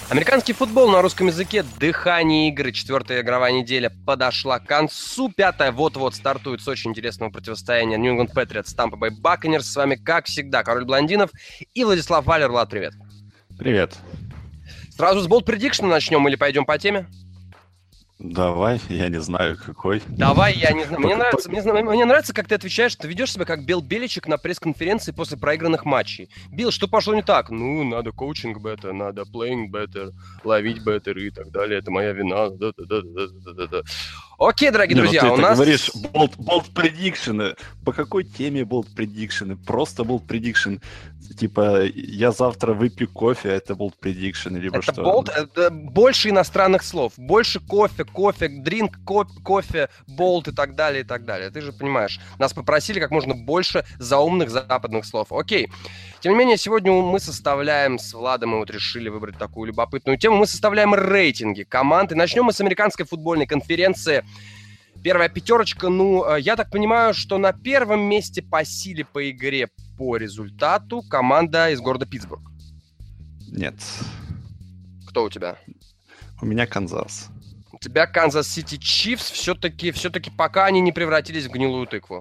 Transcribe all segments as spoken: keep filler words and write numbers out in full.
Американский футбол на русском языке, дыхание игры. Четвертая игровая неделя подошла к концу. Пятая вот-вот стартует с очень интересного противостояния New England Patriots, Tampa Bay Buccaneers. С вами, как всегда, Король Блондинов и Владислав Валер. Влад, привет. Привет. Сразу с Bold Prediction начнем или пойдем по теме? Давай, я не знаю, какой. Давай, я не знаю. Мне, Пока- нравится, мне, мне нравится, как ты отвечаешь, ты ведешь себя как Билл Беличек на пресс-конференции после проигранных матчей. Билл, что пошло не так? Ну, надо коучинг better, надо playing better, ловить better и так далее. Это моя вина. Да-да-да-да-да-да. Окей, дорогие Не, ну друзья, ты у так нас... говоришь bold, bold prediction. По какой теме bold prediction? Просто bold prediction. Типа, я завтра выпью кофе, это bold prediction, либо Это что? болт, это больше иностранных слов, больше кофе, кофе, дринк, ко- кофе, болт и так далее, и так далее. Ты же понимаешь, нас попросили как можно больше заумных западных слов. Окей. Тем не менее, сегодня мы составляем с Владом, мы вот решили выбрать такую любопытную тему, мы составляем рейтинги команд. И начнем мы с американской футбольной конференции. Первая пятерочка, ну, я так понимаю, что на первом месте по силе, по игре, по результату команда из города Питтсбург. Нет. Кто у тебя? У меня Канзас. У тебя Канзас Сити Чифс все-таки, все-таки пока они не превратились в гнилую тыкву.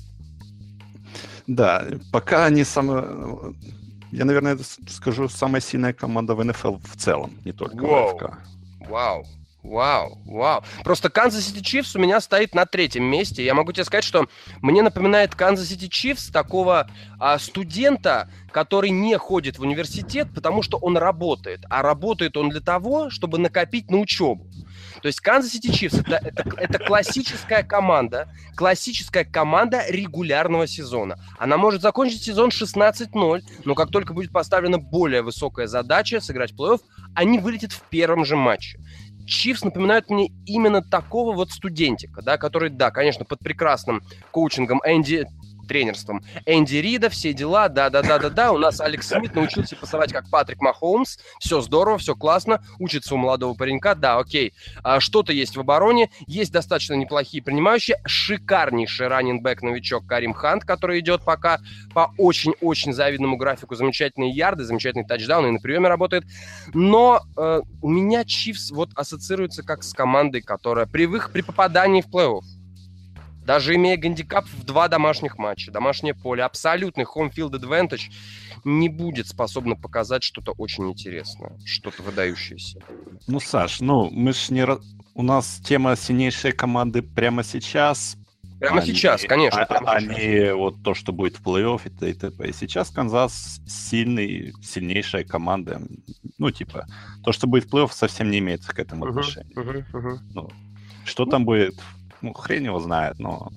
Да, пока они самые... Я, наверное, скажу, самая сильная команда в эн эф эл в целом, не только Вау. в эй эф ка. Вау. Вау, вау. Просто Канзас Сити Чифс у меня стоит на третьем месте. Я могу тебе сказать, что мне напоминает Канзас Сити Чифс такого а, студента, который не ходит в университет, потому что он работает. А работает он для того, чтобы накопить на учебу. То есть Канзас Сити Чифс это, это, это классическая команда, классическая команда регулярного сезона. Она может закончить сезон шестнадцать ноль, но как только будет поставлена более высокая задача сыграть в плей-офф, они вылетят в первом же матче. Чифс напоминают мне именно такого вот студентика, да, который, да, конечно, под прекрасным коучингом Энди, тренерством Энди Рида, все дела, да-да-да-да-да, у нас Алекс Смит научился пасовать как Патрик Махоумс, все здорово, все классно, учится у молодого паренька, да, окей, а, что-то есть в обороне, есть достаточно неплохие принимающие, шикарнейший раннинг-бэк-новичок Карим Хант, который идет пока по очень-очень завидному графику, замечательные ярды, замечательный тачдаун и на приеме работает, но э, у меня Чифс вот ассоциируется как с командой, которая при, их, при попадании в плей-офф, даже имея гандикап в два домашних матча, домашнее поле, абсолютный home field advantage, не будет способно показать что-то очень интересное, что-то выдающееся. Ну, Саш, ну, мы ж не... У нас тема сильнейшей команды прямо сейчас. Прямо они, сейчас, конечно. А, прямо они сейчас. вот то, что будет в плей-офф и т.д. И сейчас Канзас сильный, сильнейшая команда. Ну, типа, то, что будет в плей-офф, совсем не имеет к этому отношения. Uh-huh, uh-huh, uh-huh. Ну, что там будет, ну, хрен его знает, но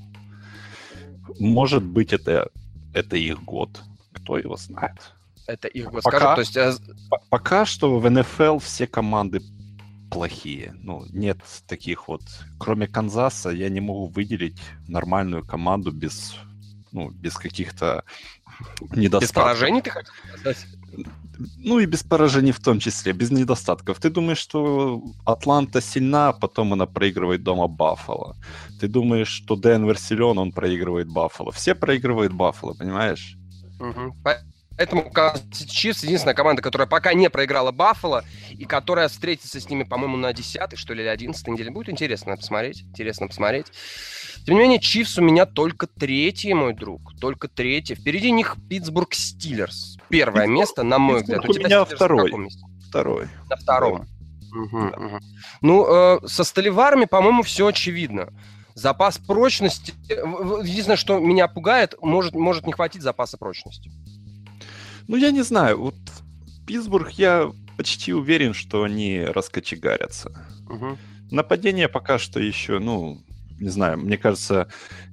может быть, это, это их год. Кто его знает. Это их год, Пока, скажу. То есть, э, п- пока что в эн эф эл все команды плохие. Ну, нет таких вот... Кроме Канзаса, я не могу выделить нормальную команду без, ну, без каких-то недостатков. без поражений, ты хотел сказать? Ну и без поражений в том числе, без недостатков. Ты думаешь, что Атланта сильна, потом она проигрывает дома Баффало. Ты думаешь, что Денвер силен, он проигрывает Баффало. Все проигрывают Баффало, понимаешь? Угу. Поэтому Чифс единственная команда, которая пока не проиграла Баффало, и которая встретится с ними, по-моему, на десятой, что ли, или одиннадцатой неделе. Будет интересно посмотреть. Интересно посмотреть. Тем не менее, Чифс у меня только третий, мой друг. Только третий. Впереди них Питтсбург Стиллерс. Первое Питтсбург, место, на мой Питтсбург взгляд. у меня Стиллерс второй. на каком месте? Второй. На втором. Да. Угу, Да. угу. Ну, э, со Столиварами, по-моему, все очевидно. Запас прочности... Единственное, что меня пугает, может, может не хватить запаса прочности. Ну, я не знаю. Вот Питтсбург, я почти уверен, что они раскочегарятся. Угу. Нападение пока что еще, ну, не знаю, мне кажется,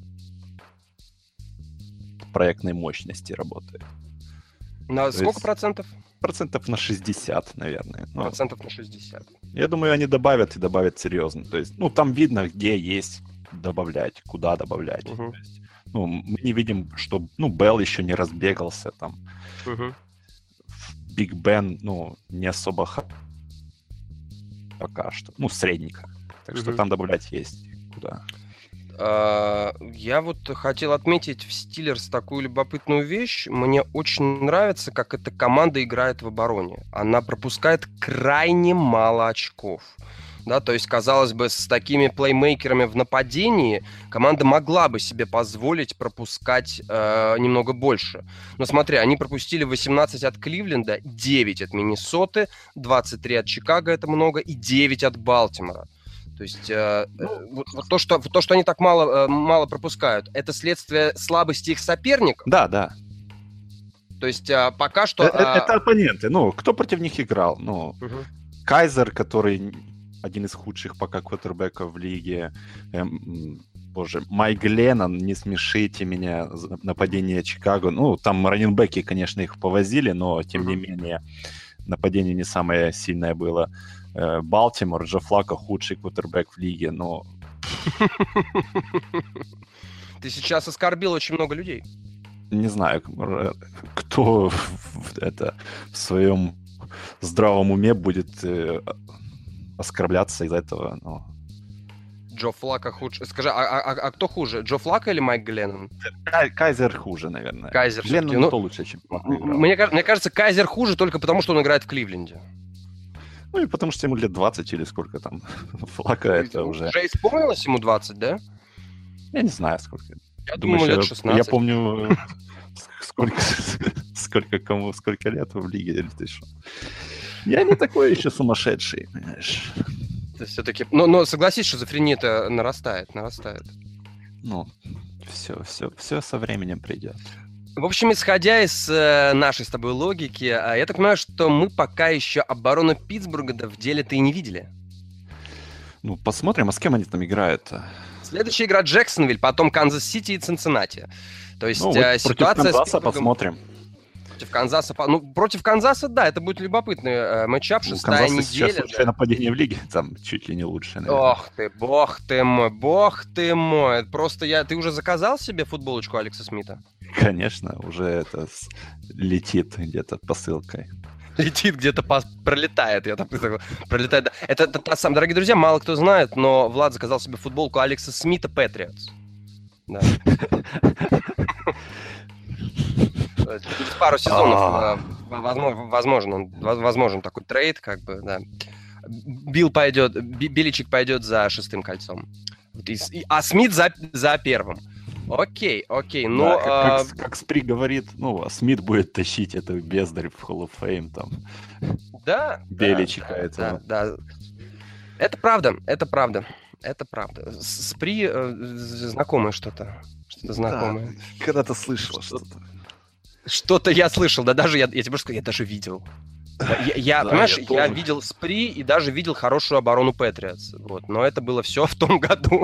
проектной мощности работает. На То сколько есть процентов? Процентов на шестьдесят, наверное. Ну, Процентов на шестьдесят. я думаю, они добавят и добавят серьезно. То есть, ну, там видно, где есть добавлять, куда добавлять. Угу. То есть, ну, мы не видим, что, ну, Белл еще не разбегался там. Угу. Биг Бен, ну, не особо х... пока что. Ну, средненько. Так что Мгм. там добавлять есть куда. А, Я вот хотел отметить в Стиллерс такую любопытную вещь. Мне очень нравится, как эта команда играет в обороне. Она пропускает крайне мало очков. Да, то есть, казалось бы, с такими плеймейкерами в нападении команда могла бы себе позволить пропускать э, немного больше. Но смотри, они пропустили восемнадцать от Кливленда, девять от Миннесоты, двадцать три от Чикаго, это много, и девять от Балтимора. То есть э, Ну, вот, вот то, что, то, что они так мало, э, мало пропускают, это следствие слабости их соперников. да, да. То есть э, пока что... Э, э, э, Это оппоненты. Ну, кто против них играл? Ну, мгм. Кайзер, который один из худших пока квотербеков в лиге. Эм, боже, Майк Леннон, не смешите меня, за нападение Чикаго. Ну, там раннинбеки, конечно, их повозили, но, тем не Мгм. менее, нападение не самое сильное было. Э, Балтимор, Джо Флако, худший квотербек в лиге, но... Ты сейчас оскорбил очень много людей. Не знаю, р- кто в- это в своем здравом уме будет э, оскорбляться из-за этого. Но... Джо Флака хуже. Скажи, а, а- а кто хуже, Джо Флака или Майк Гленнон? Кай- Кайзер хуже, наверное. Кайзер Гленнон всё-таки, ну, то лучше, чем Флако играл. Мне, каж- мне кажется, Кайзер хуже только потому, что он играет в Кливленде. Ну и потому что ему лет двадцать или сколько там. Флака это уже... Уже исполнилось ему двадцать, да? Я не знаю, сколько. Я Думаешь, думаю, лет я- шестнадцать. Я помню, сколько, сколько кому, сколько лет в лиге, или ты что? Я не такой еще сумасшедший, понимаешь. Все-таки... Но, но согласись, шизофрения-то нарастает, нарастает. Ну, все, все, все со временем придет. В общем, исходя из э, нашей с тобой логики, э, я так понимаю, что мы пока еще оборону Питтсбурга в деле-то и не видели. Ну, посмотрим, а с кем они там играют-то? Следующая игра Джексонвиль, потом Канзас-Сити и Цинциннати. То есть Ну, э, вот против ситуация с Канзаса Питтсбургом... посмотрим. Против Канзаса... по- Ну, против Канзаса, да, это будет любопытный э, матчап, У шестая Канзаса сейчас неделя. лучшее нападение в лиге, там чуть ли не лучшее, наверное. Ох ты, бог ты мой, бог ты мой. Просто я... Ты уже заказал себе футболочку Алекса Смита? Конечно, уже это с- летит где-то посылкой. Летит где-то, по... пролетает. Я так пролетает. Да. Это, это та самая, дорогие друзья, мало кто знает, но Влад заказал себе футболку Алекса Смита Патриотс. Да. Через пару сезонов, А. э, возможно, возможен, возможен такой трейд, как бы, да. Билл пойдет, Би- Биличик пойдет за шестым кольцом. Вот и с- и- А Смит за, за первым. Окей, окей, ну... Да, как, а, как- как Спри говорит, ну, а Смит будет тащить эту бездарь в Hall of Fame, там, Да, Беличика да, этого. Да, да. Это правда, это правда, это правда. С- Спри э, з- знакомое что-то, что-то знакомое. Да, когда-то слышал что-то. Что-то я слышал, да даже я, я тебе больше скажу, я даже видел. Да, Я, я, Да, понимаешь, я я, тоже. видел Спри и даже видел хорошую оборону Патриотс. Вот, но это было все в том году.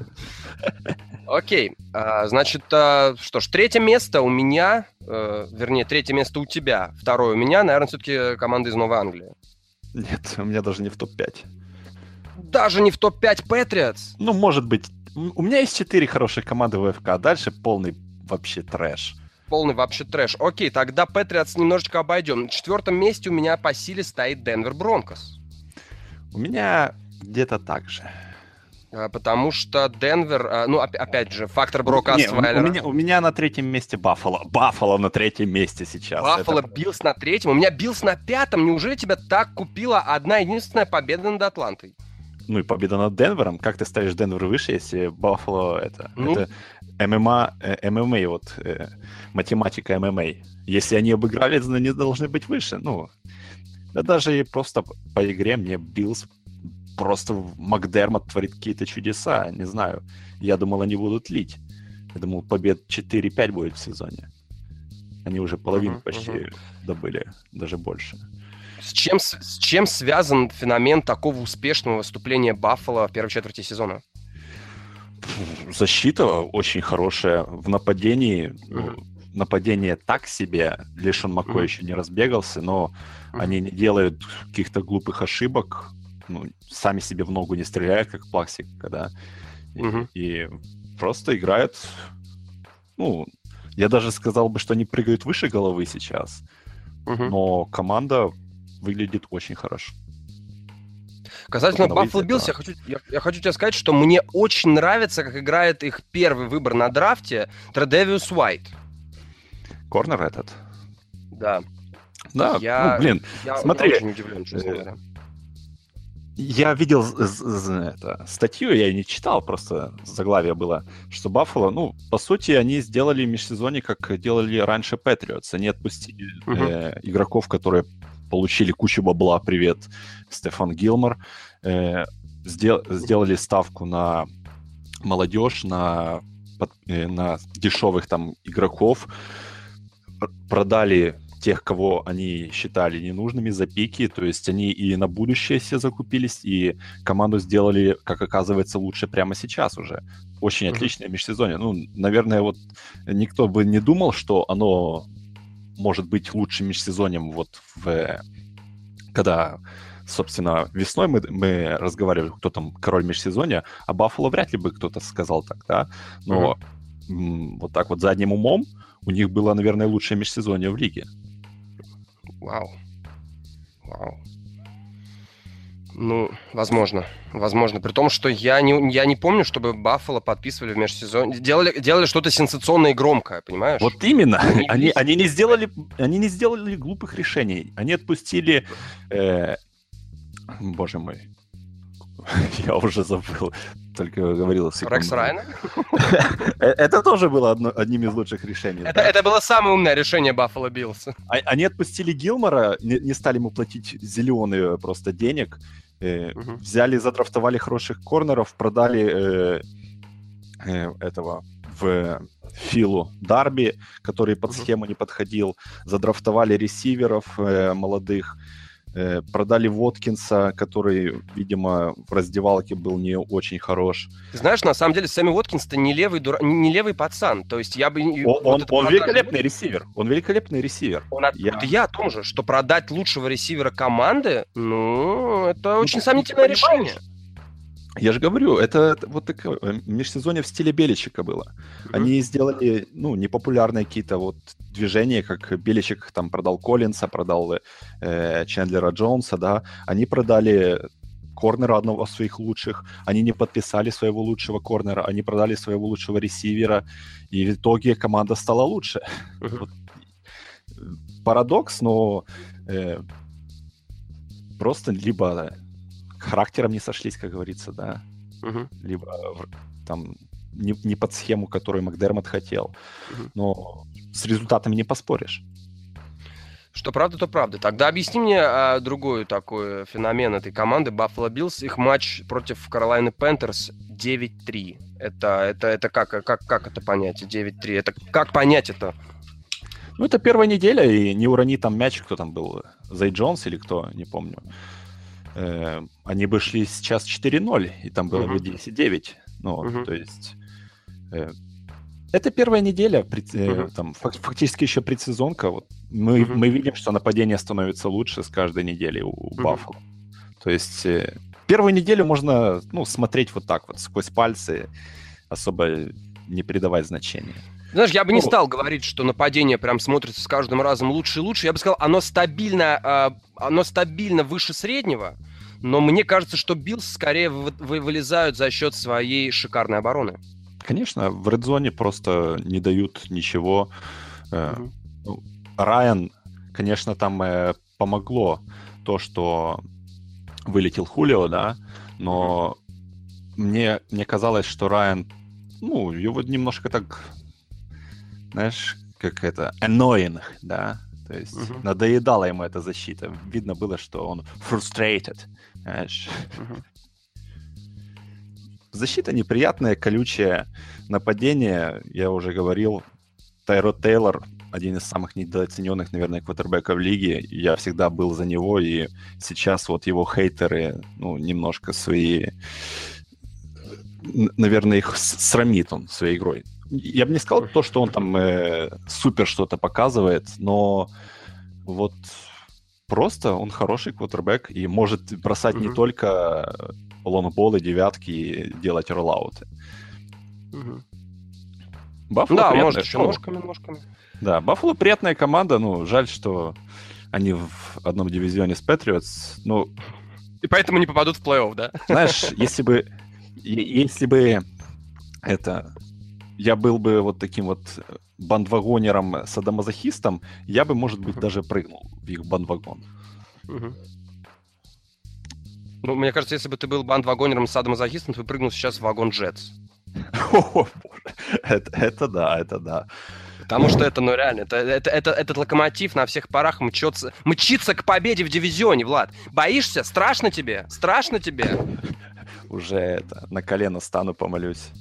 Окей, а, значит, а, что ж, третье место у меня, э, вернее, третье место у тебя, второе у меня, наверное, все-таки команда из Новой Англии. Нет, у меня даже не в топ пять. Даже не в топ пять Патриотс. Ну, может быть, м- у меня есть четыре хорошие команды в АФК, а дальше полный вообще трэш. Полный вообще трэш. Окей, тогда Патриотс немножечко обойдем. На четвертом месте у меня по силе стоит Денвер Бронкос. У меня где-то так же. А, Потому что Денвер, а, ну, оп- опять же, фактор Брока Не, у, у Освайлера. меня, у меня на третьем месте Баффало. Баффало на третьем месте сейчас. Баффало, Это- Биллс на третьем. У меня Биллс на пятом. Неужели тебя так купила одна единственная победа над Атлантой? Ну и победа над Денвером. Как ты ставишь Денвер выше, если Баффало это... Ну. Это ММА, э, ММА, вот, э, математика ММА. Если они обыграли, то они должны быть выше. Ну, да даже и просто по игре мне Биллс просто Макдермот творит какие-то чудеса. Не знаю. Я думал, они будут лить. Я думал, побед четыре-пять будет в сезоне. Они уже половину Мгм, почти мгм. добыли, даже больше. С чем, с с чем связан феномен такого успешного выступления Баффало в первой четверти сезона? Защита очень хорошая. В нападении, ну, нападение так себе. Лишон Мако Мгм. еще не разбегался, но Мгм. они не делают каких-то глупых ошибок. Ну, сами себе в ногу не стреляют, как Плаксик, когда... И, Мгм. и просто играют... Ну, я даже сказал бы, что они прыгают выше головы сейчас. Мгм. Но команда выглядит очень хорошо. Касательно Баффало Биллс, я хочу, я, я хочу тебе сказать, что мне очень нравится, как играет их первый выбор на драфте Тредевиус Уайт. Корнер этот? Да. Да, я, ну, блин, я, смотри. Я очень удивлен, честно говоря. Я видел это, статью, я не читал, просто заглавие было, что Баффало, ну, по сути, они сделали межсезонье, как делали раньше Патриотс. Они отпустили uh-huh. э, игроков, которые получили кучу бабла, привет, Стефан Гилмор, э, сдел, сделали ставку на молодежь, на, э, на дешевых там игроков, продали тех, кого они считали ненужными за пики, то есть они и на будущее все закупились, и команду сделали, как оказывается, лучше прямо сейчас уже. Очень mm-hmm. отличное межсезонье. Ну, наверное, вот никто бы не думал, что оно может быть лучшим межсезоньем вот в... Когда, собственно, весной мы, мы разговаривали, кто там король межсезонья, а Баффало вряд ли бы кто-то сказал так, да? Но mm-hmm. м- вот так вот задним умом у них было, наверное, лучшее межсезонье в лиге. Вау. Вау. Ну, возможно. Возможно. При том, что я не, я не помню, чтобы Баффало подписывали в межсезонье. Делали, делали что-то сенсационное и громкое, понимаешь? Вот именно. Они, они, они, не, сделали, они не сделали глупых решений. Они отпустили... Э, боже мой. Я уже забыл. Только говорил секунду. Рекс Райана? Это тоже было одно, одним из лучших решений. Это, да? Это было самое умное решение Баффало Биллс. Они отпустили Гилмора, не, не стали ему платить зеленые просто денег, э, угу. взяли, задрафтовали хороших корнеров, продали э, э, этого в Филу Дарби, который под угу. схему не подходил, задрафтовали ресиверов э, молодых, э, продали Воткинса, который, видимо, в раздевалке был не очень хорош. Ты знаешь, на самом деле, Сэмми Уоткинс-то не левый, дура... не левый пацан. То есть я бы... Он, вот он, он продаж... великолепный ресивер. Он великолепный ресивер. Он от... я... Вот я о том же, что продать лучшего ресивера команды, ну, это ну, очень сомнительное решение. Я же говорю, это вот такое межсезонье в стиле Беличика было. Mm-hmm. Они сделали, ну, непопулярные какие-то вот движения, как Беличик там продал Коллинса, продал э, Чендлера Джонса, да. Они продали корнера одного из своих лучших, они не подписали своего лучшего корнера, они продали своего лучшего ресивера, и в итоге команда стала лучше. Mm-hmm. Вот. Парадокс, но э, просто либо... характером не сошлись, как говорится, да. Uh-huh. Либо там не, не под схему, которую Макдермот хотел. Uh-huh. Но с результатами не поспоришь. Что правда, то правда. Тогда объясни мне а, другой такой феномен этой команды Buffalo Bills. Их матч против Carolina Panthers девять три. Это, это, это как, как, как это понять? девять три. Это как понять это? Ну, это первая неделя, и не урони там мяч, кто там был, Зей Джонс или кто, не помню. Э, они бы шли сейчас четыре ноль, и там было uh-huh. бы десять девять. Ну, uh-huh. то есть... Э, это первая неделя, пред, э, uh-huh. там, фактически еще предсезонка. Вот. Мы, uh-huh. мы видим, что нападение становится лучше с каждой неделей у, у uh-huh. Баффало. То есть э, первую неделю можно ну, смотреть вот так вот, сквозь пальцы, особо не придавать значения. Знаешь, я бы не стал говорить, что нападение прям смотрится с каждым разом лучше и лучше. Я бы сказал, оно стабильно, э, оно стабильно выше среднего, но мне кажется, что Биллс скорее вы, вы, вылезают за счет своей шикарной обороны. Конечно, в редзоне просто не дают ничего. Mm-hmm. Ну, Райан, конечно, там э, помогло то, что вылетел Хулио, да, но mm-hmm. мне, мне казалось, что Райан, ну, его немножко так... Знаешь, как это, annoying, да, то есть uh-huh. надоедала ему эта защита. Видно было, что он frustrated, знаешь. Uh-huh. Защита неприятная, колючая, нападение, я уже говорил, Тайрод Тейлор, один из самых недооцененных, наверное, квотербеков лиги, я всегда был за него, и сейчас вот его хейтеры, ну, немножко свои, наверное, их срамит он своей игрой. Я бы не сказал то, что он там э, супер что-то показывает, но вот просто он хороший квотербек и может бросать uh-huh. не только лонгболы, девятки и делать роллауты. Uh-huh. Баффало да, может еще ножками, ножками. Да, Баффало приятная команда, ну, жаль, что они в одном дивизионе с Патриотс, ну, И поэтому не попадут в плей-офф, да? Знаешь, если бы... Если бы это... Я был бы вот таким вот бандвагонером-садомазохистом, я бы, может быть, даже прыгнул в их бандвагон. Угу. Ну, мне кажется, если бы ты был бандвагонером-садомазохистом, ты прыгнул сейчас в вагон Джетс. О, боже. Это, это да, это да. Потому что это, ну реально, это, это, это, этот локомотив на всех парах мчится, мчится к победе в дивизионе, Влад. Боишься? Страшно тебе? Страшно тебе? Уже это, на колено стану, помолюсь.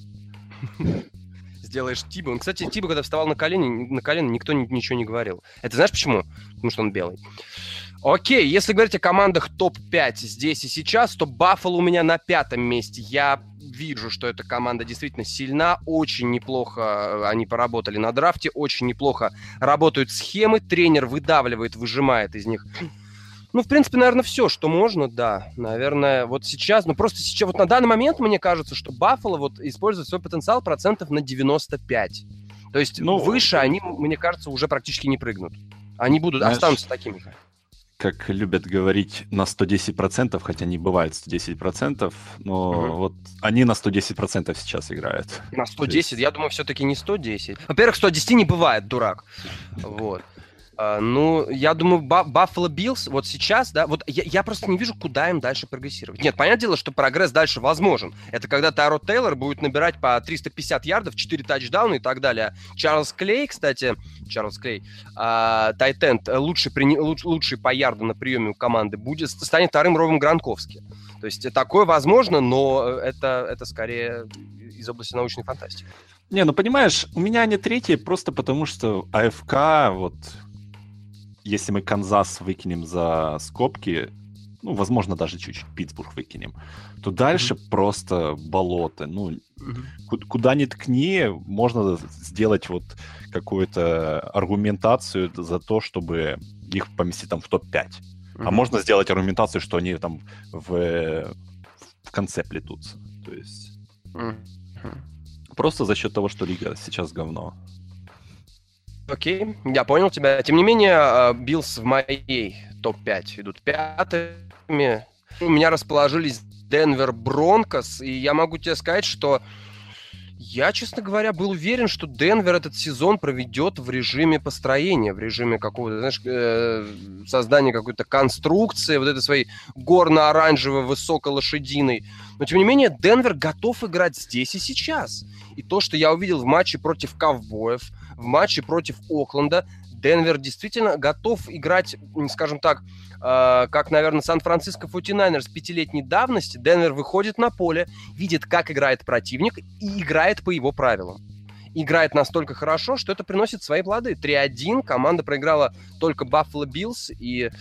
Сделаешь Тибо. Кстати, Тибо, когда вставал на колени, на колено, никто ничего не говорил. Это знаешь почему? Потому что он белый. Окей, если говорить о командах топ пять здесь и сейчас, то Баффало у меня на пятом месте. Я вижу, что эта команда действительно сильна, очень неплохо они поработали на драфте, очень неплохо работают схемы, тренер выдавливает, выжимает из них. Ну, в принципе, наверное, все, что можно, да. Наверное, вот сейчас, ну, просто сейчас, вот на данный момент мне кажется, что Баффало вот использует свой потенциал процентов на девяносто пять. То есть ну, выше они, мне кажется, уже практически не прыгнут. Они будут, знаешь, останутся такими же. Как любят говорить, на сто десять процентов, хотя не бывает сто десять процентов, но угу. вот они на сто десять процентов сейчас играют. На сто десять? Есть... Я думаю, все-таки не сто десять. Во-первых, сто десять не бывает, дурак. Вот. Uh, ну, я думаю, Buffalo Bills вот сейчас, да, вот я, я просто не вижу, куда им дальше прогрессировать. Нет, понятное дело, что прогресс дальше возможен. Это когда Тайрод Тейлор будет набирать по триста пятьдесят ярдов, четыре тачдауна и так далее. Чарльз Клей, кстати, Чарльз Клей, тайтенд, uh, лучший, при, луч, лучший по ярду на приеме у команды, будет, станет вторым Робом Гранковски. То есть такое возможно, но это, это скорее из области научной фантастики. Не, ну понимаешь, у меня они третьи просто потому, что АФК, вот... Если мы Канзас выкинем за скобки, ну, возможно, даже чуть-чуть Питтсбург выкинем, то дальше mm-hmm. просто болото. Ну, mm-hmm. куда ни ткни, можно сделать вот какую-то аргументацию за то, чтобы их поместить там в топ пять. Mm-hmm. А можно сделать аргументацию, что они там в, в конце плетутся. То есть mm-hmm. просто за счет того, что лига сейчас говно. Окей, я понял тебя. Тем не менее, Биллс в моей топ пять идут пятыми. У меня расположились Денвер Бронкос, и я могу тебе сказать, что я, честно говоря, был уверен, что Денвер этот сезон проведет в режиме построения, в режиме какого-то, знаешь, э, создания какой-то конструкции, вот этой своей горно-оранжевой, высоколошадиной. Но, тем не менее, Денвер готов играть здесь и сейчас. И то, что я увидел в матче против Ковбоев, в матче против Окленда, Денвер действительно готов играть, скажем так, э, как, наверное, Сан-Франциско форти найнерс пятилетней давности. Денвер выходит на поле, видит, как играет противник, и играет по его правилам. Играет настолько хорошо, что это приносит свои плоды. три один, команда проиграла только Buffalo Bills, и,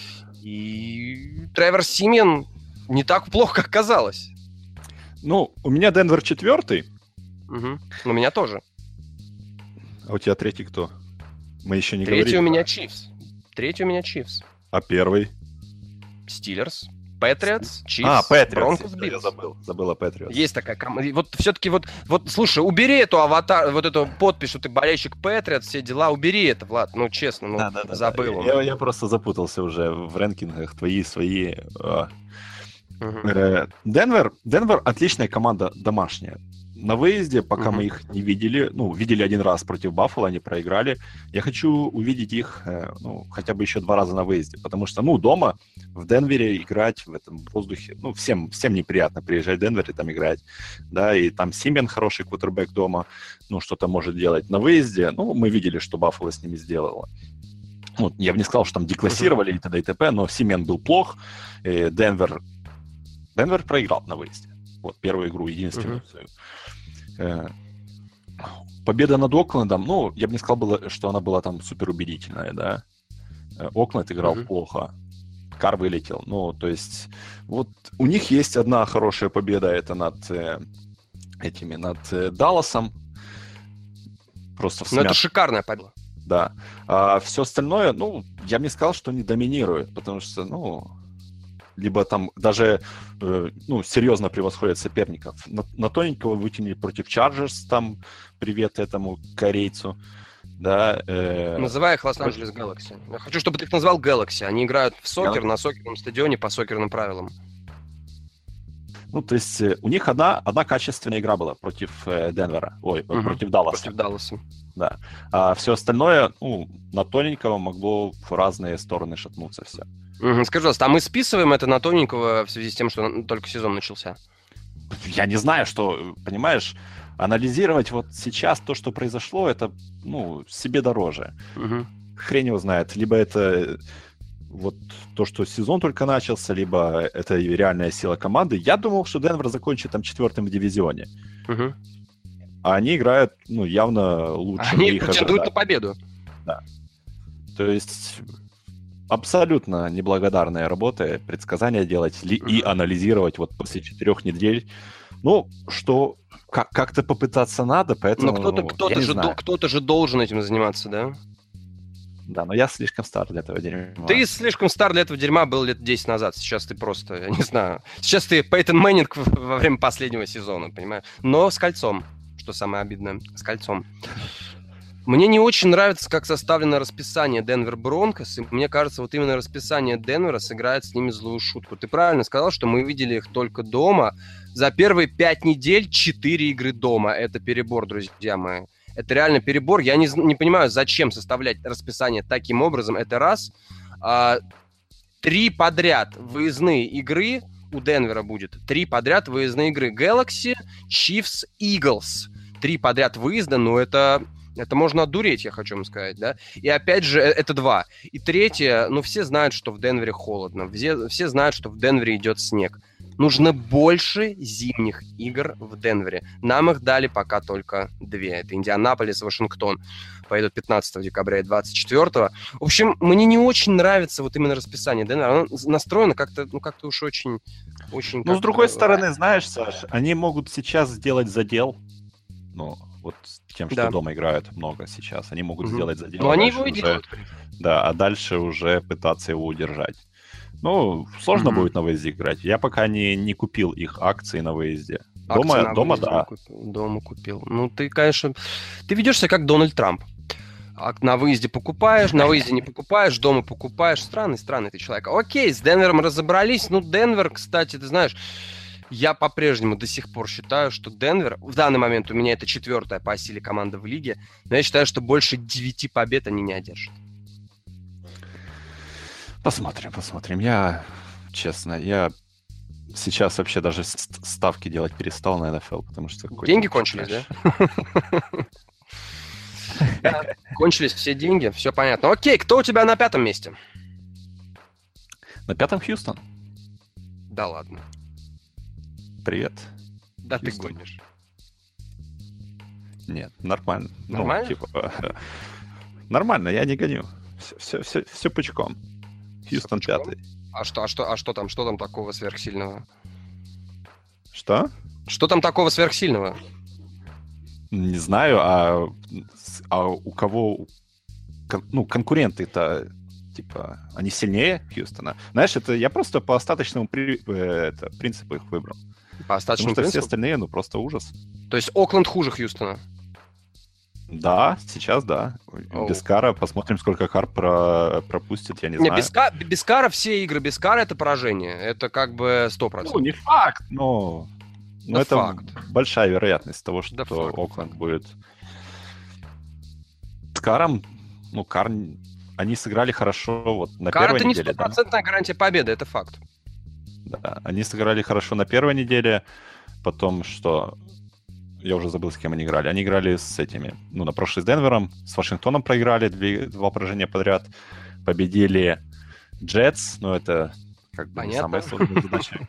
и Тревор Симеон не так плохо, как казалось. Ну, у меня Денвер четвертый. Угу. У меня тоже. А у тебя третий кто? Мы еще не Третий говорили. у меня Чифс. Третий у меня Чифс. А первый? Стиллерс. Патриотс, Чифс, а, Патриотс. Бронкос, Я забыл, забыл о Патриотс. Есть такая команда. Вот все-таки вот, вот, слушай, убери эту аватар, вот эту подпись, что ты болельщик Патриотс, все дела, убери это, Влад, ну честно, ну да, да, да, забыл. Да. Я, я просто запутался уже в рэнкингах, твои, свои. Uh-huh. Денвер, Денвер отличная команда домашняя. На выезде, пока uh-huh. мы их не видели, ну, видели один раз против Баффало, они проиграли. Я хочу увидеть их, ну, хотя бы еще два раза на выезде, потому что, ну, дома в Денвере играть в этом воздухе, ну, всем, всем неприятно приезжать в Денвер и там играть, да, и там Симен хороший квотербэк дома, ну, что-то может делать. На выезде, ну, мы видели, что Баффало с ними сделало. Ну, я бы не сказал, что там деклассировали uh-huh. и т.д. и т.п., но Симен был плох, и Денвер, Денвер проиграл на выезде. Вот, первую игру, единственную свою. Uh-huh. Победа над Оклендом, ну, я бы не сказал, было, что она была там супер убедительная, да. Окленд играл uh-huh. плохо, Кар вылетел, ну, то есть, вот у них есть одна хорошая победа, это над э, этими, над э, Далласом. Просто Ну, это шикарная победа. Да. А все остальное, ну, я бы не сказал, что они доминируют, потому что, ну, либо там даже, э, ну, серьезно превосходят соперников. На, на тоненького вытянули против Чарджерс, там, привет этому корейцу, да. Э, Называй их Лос-Анджелес Galaxy. Я хочу, чтобы ты их назвал Galaxy. Они играют в сокер, yeah. на сокерном стадионе по сокерным правилам. Ну, то есть э, у них одна, одна качественная игра была против э, Денвера, ой, Мгм. против Далласа. Против Далласа. Да. А все остальное, ну, на тоненького могло в разные стороны шатнуться все. Мгм. Скажи, пожалуйста, а мы списываем это на тоненького в связи с тем, что н- только сезон начался? Я не знаю, что, понимаешь, анализировать вот сейчас то, что произошло, это, ну, себе дороже. Мгм. Хрен его знает. Либо это вот то, что сезон только начался, либо это реальная сила команды. Я думал, что Денвер закончит там четвертым в дивизионе. Мгм. А они играют, ну, явно лучше Они моих претендуют на ожиданий. победу. То есть абсолютно неблагодарная работа, предсказания делать ли, и Мгм. анализировать вот после четырех недель. Ну, что как- как-то попытаться надо, поэтому Но кто-то, ну, я кто-то, не же, знаю. до- кто-то же должен этим заниматься, да? Да, но я слишком стар для этого дерьма. Ты слишком стар для этого дерьма был лет десять назад. Сейчас ты просто, я не знаю. Сейчас ты Пейтон Мэннинг в- во время последнего сезона, понимаешь? Но с кольцом, что самое обидное, с кольцом. Мне не очень нравится, как составлено расписание Денвер Бронкос, и мне кажется, вот именно расписание Денвера сыграет с ними злую шутку. Ты правильно сказал, что мы видели их только дома. За первые пять недель четыре игры дома. Это перебор, друзья мои. Это реально перебор. Я не, з- не понимаю, зачем составлять расписание таким образом. Это раз. А, три подряд выездные игры у Денвера будет. Три подряд выездные игры. Galaxy, Chiefs, Eagles. Три подряд выезда, ну это... Это можно одуреть, я хочу вам сказать, да? И опять же, э, это два. И третье, ну все знают, что в Денвере холодно. Все, все знают, что в Денвере идет снег. Нужно больше зимних игр в Денвере. Нам их дали пока только две. Это Индианаполис и Вашингтон. Пойдут пятнадцатого декабря и двадцать четвёртого. В общем, мне не очень нравится вот именно расписание Денвера. Оно настроено как-то, ну как-то уж очень... очень Ну, с как-то... другой стороны, знаешь, Саш, они могут сейчас сделать задел, ну, вот тем, что Да. дома играют много сейчас. Они могут Мгм. сделать задел, Но а они дальше его и уже- делают. Да, а дальше уже пытаться его удержать. Ну, сложно Мгм. будет на выезде играть. Я пока не, не купил их акции на выезде. Акции Дома, на дома выезде да. не купил, дома купил. Ну, ты, конечно, ты ведешь себя как Дональд Трамп. А на выезде покупаешь, на выезде не покупаешь, дома покупаешь. Странный, странный ты человек. Окей, с Денвером разобрались. Ну, Денвер, кстати, ты знаешь, я по-прежнему до сих пор считаю, что Денвер, в данный момент у меня это четвертая по силе команда в лиге, но я считаю, что больше девяти побед они не одержат. Посмотрим, посмотрим. Я, честно, я сейчас вообще даже с- ставки делать перестал на эн эф эл, потому что... какой-то Деньги вообще кончились, трэш. да? Да, кончились все деньги, все понятно. Окей, кто у тебя на пятом месте? На пятом Хьюстон. Да ладно. Привет. Да ты Хьюстон. гонишь. Нет, нормально. Ну, Нормально? типа, нормально, я не гоню. Все, все, все, все пучком. Хьюстон Всё пучком? пятый. А что, а что, а что там, что там такого сверхсильного? Что? Что там такого сверхсильного? Не знаю, а, с- а у кого... кон- ну, конкуренты-то, типа, они сильнее Хьюстона? Знаешь, это я просто по остаточному при- э, это, принципу их выбрал. По Потому остаточному что все принципу? остальные, ну, просто ужас. То есть Окленд хуже Хьюстона? Да, сейчас да. Оу. Без кара. Посмотрим, сколько кар про- пропустит, я не, Не, знаю. без, ка- без кара все игры без кара это поражение. Это как бы сто Ну, процентов. не факт, но... но Да это факт. большая вероятность того, что Да факт. Окленд будет... С каром, ну, кар... Они сыграли хорошо вот на Кар первой это не неделе, да? стопроцентная гарантия победы, это факт. Да, они сыграли хорошо на первой неделе, потом что... Я уже забыл, с кем они играли. Они играли с этими... Ну, на прошлый с Денвером, с Вашингтоном проиграли, две, два поражения подряд. Победили Джетс, но это как бы не Понятно. самая сложная задача.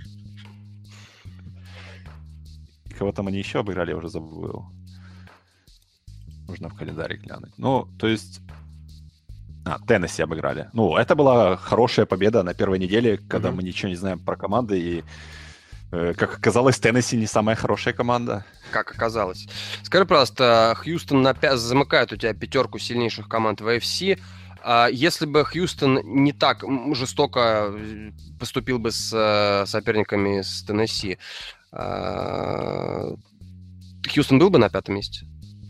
И кого там они еще обыграли, я уже забыл. Нужно в календаре глянуть. Ну, то есть... А, Теннесси обыграли. Ну, это была хорошая победа на первой неделе, когда Мгм. мы ничего не знаем про команды, и, э, как оказалось, Теннесси не самая хорошая команда. Как оказалось. Скажи, пожалуйста, Хьюстон на пя- замыкает у тебя пятерку сильнейших команд в эй эф си. А если бы Хьюстон не так м, жестоко э, поступил бы с э, соперниками с Теннесси, а, Хьюстон был бы на пятом месте?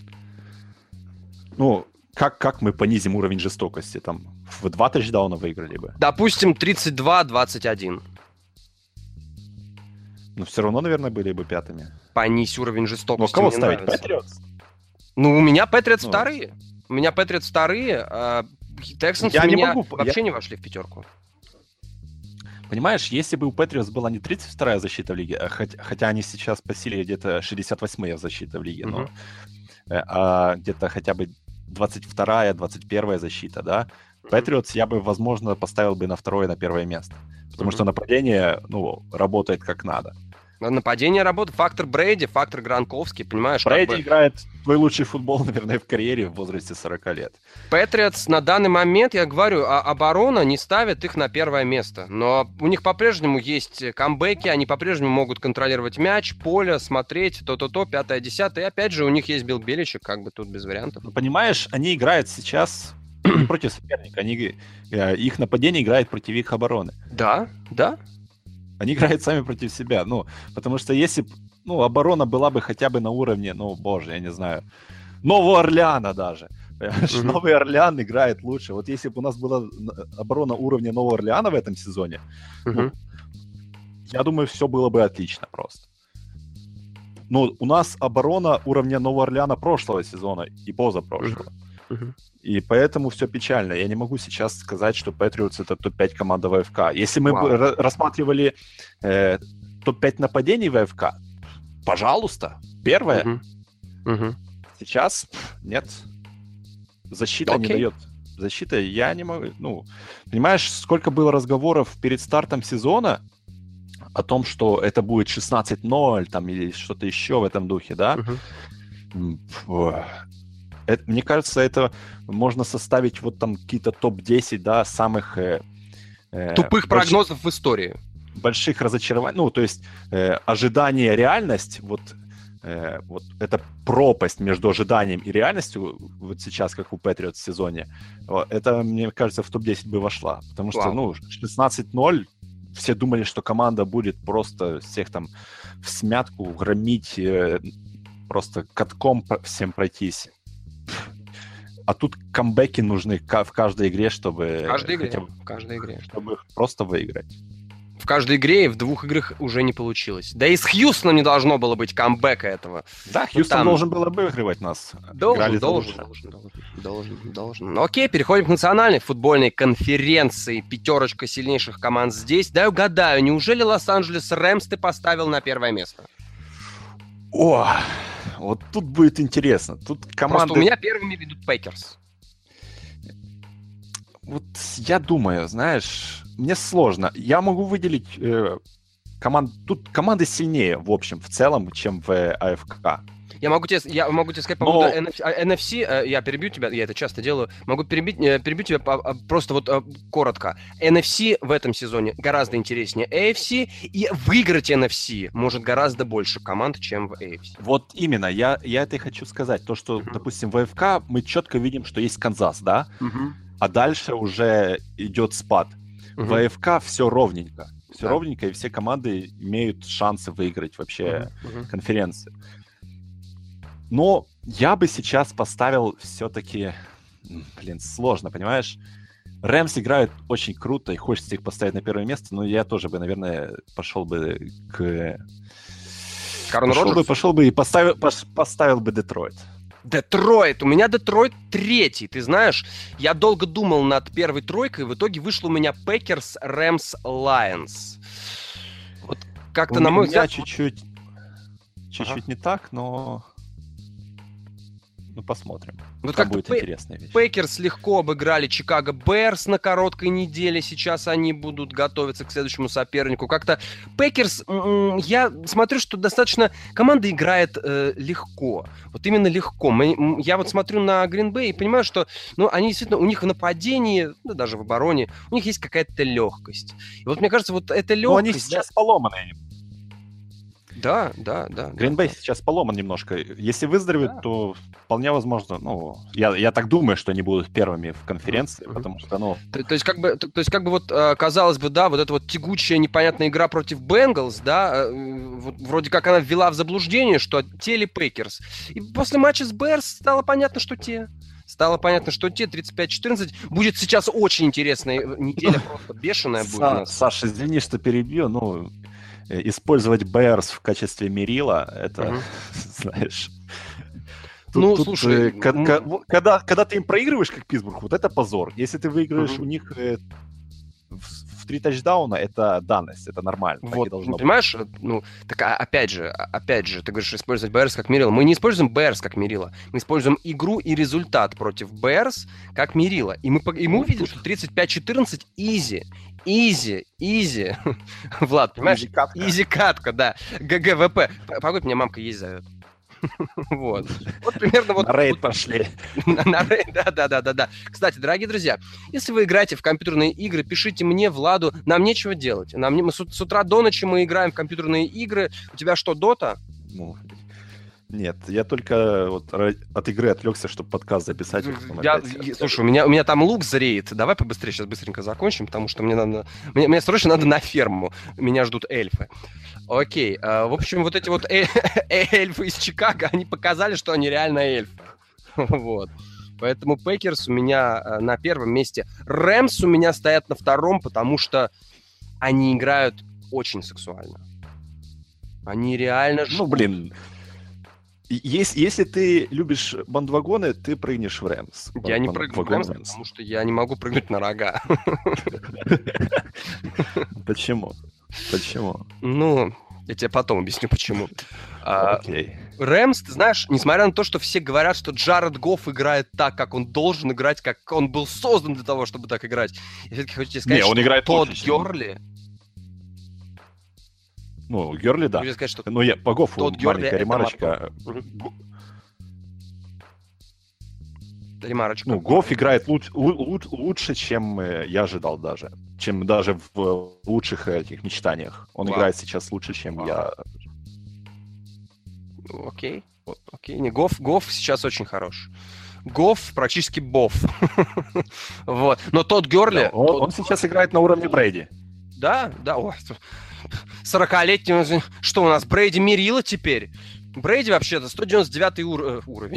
Ну, как, как мы понизим уровень жестокости? Там в два тачдауна выиграли бы. Допустим, тридцать два двадцать один. Ну, все равно, наверное, были бы пятыми. Понизь уровень Ну, жестокости. кого мне ставить? нравится. Патриотс? Ну, у меня Патриотс Ну. вторые. У меня Патриотс вторые, а Texans Я у не меня могу, вообще я- не вошли в пятерку. Понимаешь, если бы у Патриотс была не тридцать вторая защита в лиге, а хоть- хотя они сейчас по силе где-то шестьдесят восьмая защита в лиге, но Мгм. э, а где-то хотя бы двадцать вторая, двадцать первая защита, да, Патриотс я бы, возможно, поставил бы на второе, на первое место. Потому Мгм. что нападение, ну, работает как надо. Нападение работает. Фактор Брейди, фактор Гранковский, понимаешь? как Брейди бы. играет твой лучший футбол, наверное, в карьере в возрасте сорок лет. Патриотс на данный момент, я говорю, а оборона не ставит их на первое место. Но у них по-прежнему есть камбэки, они по-прежнему могут контролировать мяч, поле, смотреть, то-то-то, пятое, десятое. И опять же, у них есть Билл Беличек, как бы тут без вариантов. Ну, понимаешь, они играют сейчас не против соперника, они, э, их нападение играет против их обороны. Да, да. Они играют сами против себя. Ну, потому что если б, ну, оборона была бы хотя бы на уровне, ну, боже, я не знаю, Нового Орлеана даже. Понимаешь, Мгм. Новый Орлеан играет лучше. Вот если бы у нас была оборона уровня Нового Орлеана в этом сезоне, Мгм. я думаю, все было бы отлично просто. Но у нас оборона уровня Нового Орлеана прошлого сезона и позапрошлого. Мгм. И поэтому все печально. Я не могу сейчас сказать, что Патриотс это топ пять команда ВФК. Если мы Вау. бы ра- рассматривали э, топ пять нападений ВФК, пожалуйста, первое. Мгм. Мгм. Сейчас пф, нет. Защита не Окей. дает. Защита я не могу. Ну, понимаешь, сколько было разговоров перед стартом сезона о том, что это будет шестнадцать ноль там, или что-то еще в этом духе, да? Мгм. М, фу. Это, мне кажется, это можно составить вот там какие-то топ десять, да, самых э, э, Тупых больших- прогнозов в истории. больших разочарований. Ну, то есть э, ожидание, реальность, вот, э, вот эта пропасть между ожиданием и реальностью, вот сейчас, как у Патриотс в сезоне, о, это, мне кажется, в топ десять бы вошла. Потому что, Вау. ну, шестнадцать ноль, все думали, что команда будет просто всех там в смятку громить, э, просто катком по- всем пройтись. А тут камбэки нужны ка- в каждой игре, чтобы В каждой игре. хотя бы В каждой игре. чтобы просто выиграть. В каждой игре и в двух играх уже не получилось. Да и с Хьюстоном не должно было быть камбэка этого. Да, Хьюстон там- должен был выигрывать нас. Должен, Играли за должен, лучшее. должен, должен, должен, должен. Ну окей, переходим к национальной футбольной конференции. Пятерочка сильнейших команд здесь. Дай угадаю, неужели Лос-Анджелес Рэмс ты поставил на первое место? О, вот тут будет интересно. Тут команда... Просто у меня первыми ведут Пейкерс. Вот я думаю, знаешь, мне сложно. Я могу выделить э, команд... Тут команды сильнее, в общем, в целом, чем в э, АФК. Я могу тебе, я могу тебе сказать по Но- поводу эн эф си, а, эн эф си, э, я перебью тебя, я это часто делаю, могу перебить, э, перебью тебя по- а, просто вот э, коротко. эн эф си в этом сезоне гораздо интереснее эй эф си, и выиграть эн эф си может гораздо больше команд, чем в эй эф си. Вот именно, я, я это и хочу сказать. То, что, Мгм. допустим, в АФК мы четко видим, что есть Канзас, да? А дальше уже идет спад. В Мгм. АФК все ровненько. Все Да. ровненько, и все команды имеют шансы выиграть вообще Мгм. Мгм. конференцию. Но я бы сейчас поставил все-таки... Блин, сложно, понимаешь? Рэмс играют очень круто, и хочется их поставить на первое место, но я тоже бы, наверное, пошел бы к... Карен пошел бы, Роджерс? пошел бы и поставил, пош- поставил бы Детройт. Детройт. У меня Детройт третий. Ты знаешь, я долго думал над первой тройкой, в итоге вышло у меня Пекерс, Рэмс, Лайонс. Вот как-то, У на мой меня взгляд... чуть-чуть, чуть-чуть Ага. не так, но... Ну, посмотрим. Вот Там как-то будет Пе- интересная вещь. Пейкерс легко обыграли Чикаго Берс на короткой неделе. Сейчас они будут готовиться к следующему сопернику. Как-то Пейкерс, м, я смотрю, что достаточно... Команда играет э, легко. Вот именно легко. Мы- м, Я вот смотрю на Green Bay и понимаю, что ну, они действительно... У них в нападении, да, даже в обороне, у них есть какая-то легкость. И вот мне кажется, вот эта Ну, они легкость... сейчас поломаны. Да, да, да. да. Гринбей сейчас поломан немножко. Если выздоровеют, Да. то вполне возможно, ну, я, я так думаю, что они будут первыми в конференции, Мгм. потому что, ну, То, то есть, как бы, то, то есть, как бы вот, э, казалось бы, да, вот эта вот тягучая, непонятная игра против Бенгалс, да, э, вот вроде как она ввела в заблуждение, что те ли Пейкерс. И после матча с Берс стало понятно, что те. Стало понятно, что те тридцать пять четырнадцать. Будет сейчас очень интересная неделя, просто бешеная будет у Са- нас. Саша, извини, что перебью, ну, использовать Bears в качестве мерила, это, uh-huh. знаешь... Тут, ну, тут, слушай... Э, ну... когда, когда ты им проигрываешь, как Питтсбург, вот это позор. Если ты выигрываешь uh-huh. у них э, в, в три тачдауна, это данность, это нормально. Вот, ну, понимаешь, ну, так а, опять же, опять же, ты говоришь, использовать Bears как мерило. Мы не используем Bears как мерило. Мы используем игру и результат против Bears как мерило. И мы, и мы увидели, что тридцать пять четырнадцать изи. Изи, изи. Влад, понимаешь? Изи катка, да. ГГВП. Погодь, меня мамка есть зовет. Вот. Вот примерно вот... На рейд пошли. На рейд, да-да-да-да. Кстати, дорогие друзья, если вы играете в компьютерные игры, пишите мне, Владу. Нам нечего делать. Нам не... мы с, с утра до ночи мы играем в компьютерные игры. У тебя что, Дота? Ну, нет, я только вот от игры отвлекся, чтобы подкаст записать. Я, я, слушай, у меня, у меня там лук зреет. Давай побыстрее сейчас быстренько закончим, потому что мне надо... Мне, мне срочно надо на ферму. Меня ждут эльфы. Окей. Uh, в общем, вот эти вот эль... эльфы из Чикаго, они показали, что они реально эльфы. Вот. Поэтому Пекерс у меня uh, на первом месте. Рэмс у меня стоят на втором, потому что они играют очень сексуально. Они реально... Ну, блин... Если, если ты любишь бандвагоны, ты прыгнешь в Рэмс. Я не прыгну в Рэмс, потому что я не могу прыгнуть на рога. Почему? Почему? Ну, я тебе потом объясню, почему. Окей. Рэмс, ты знаешь, несмотря на то, что все говорят, что Джаред Гофф играет так, как он должен играть, как он был создан для того, чтобы так играть, я все-таки хочу тебе сказать, не, он что играет Тодд Гёрли... Ну, Гёрли, да. Сказать, что ну, я по Гоффу маленькая ремарочка. Ремарочка. Ну, Гофф играет луч, луч, лучше, чем я ожидал даже. Чем даже в лучших этих мечтаниях. Он Вау. играет сейчас лучше, чем Вау. я... Окей. Окей. Не, Гофф, Гофф сейчас очень хорош. Гофф практически Бофф. Вот. Но тот Гёрли... Он, тот... он сейчас играет на уровне Брейди. Да, да. Ой, сорокалетний... Что у нас, Брейди Мерило теперь? Брейди вообще-то сто девяносто девятый ур... уровень.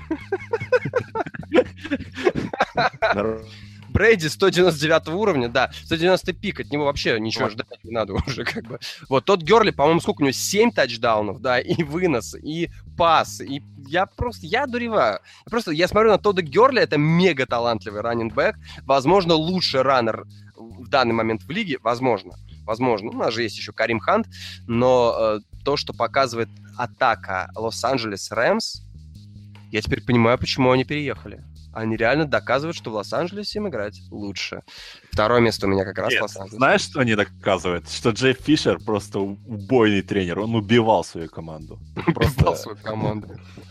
Брейди сто девяносто девятого уровня, да. сто девяностый пик, от него вообще ничего ждать не надо уже, как бы. Вот, тот Гёрли, по-моему, сколько у него? семь тачдаунов, да, и вынос, и пас, и я просто, я дуреваю. Просто, я смотрю на Тодда Гёрли, это мега талантливый раннинг-бэк, возможно, лучший раннер в данный момент в лиге, возможно. Возможно. У нас же есть еще Карим Хант, но э, то, что показывает атака Лос-Анджелес Рэмс, я теперь понимаю, почему они переехали. Они реально доказывают, что в Лос-Анджелесе им играть лучше. Второе место у меня как раз Нет, Лос-Анджелес. Знаешь, что они доказывают? Что Джефф Фишер просто убойный тренер. Он убивал свою команду. Убивал свою команду.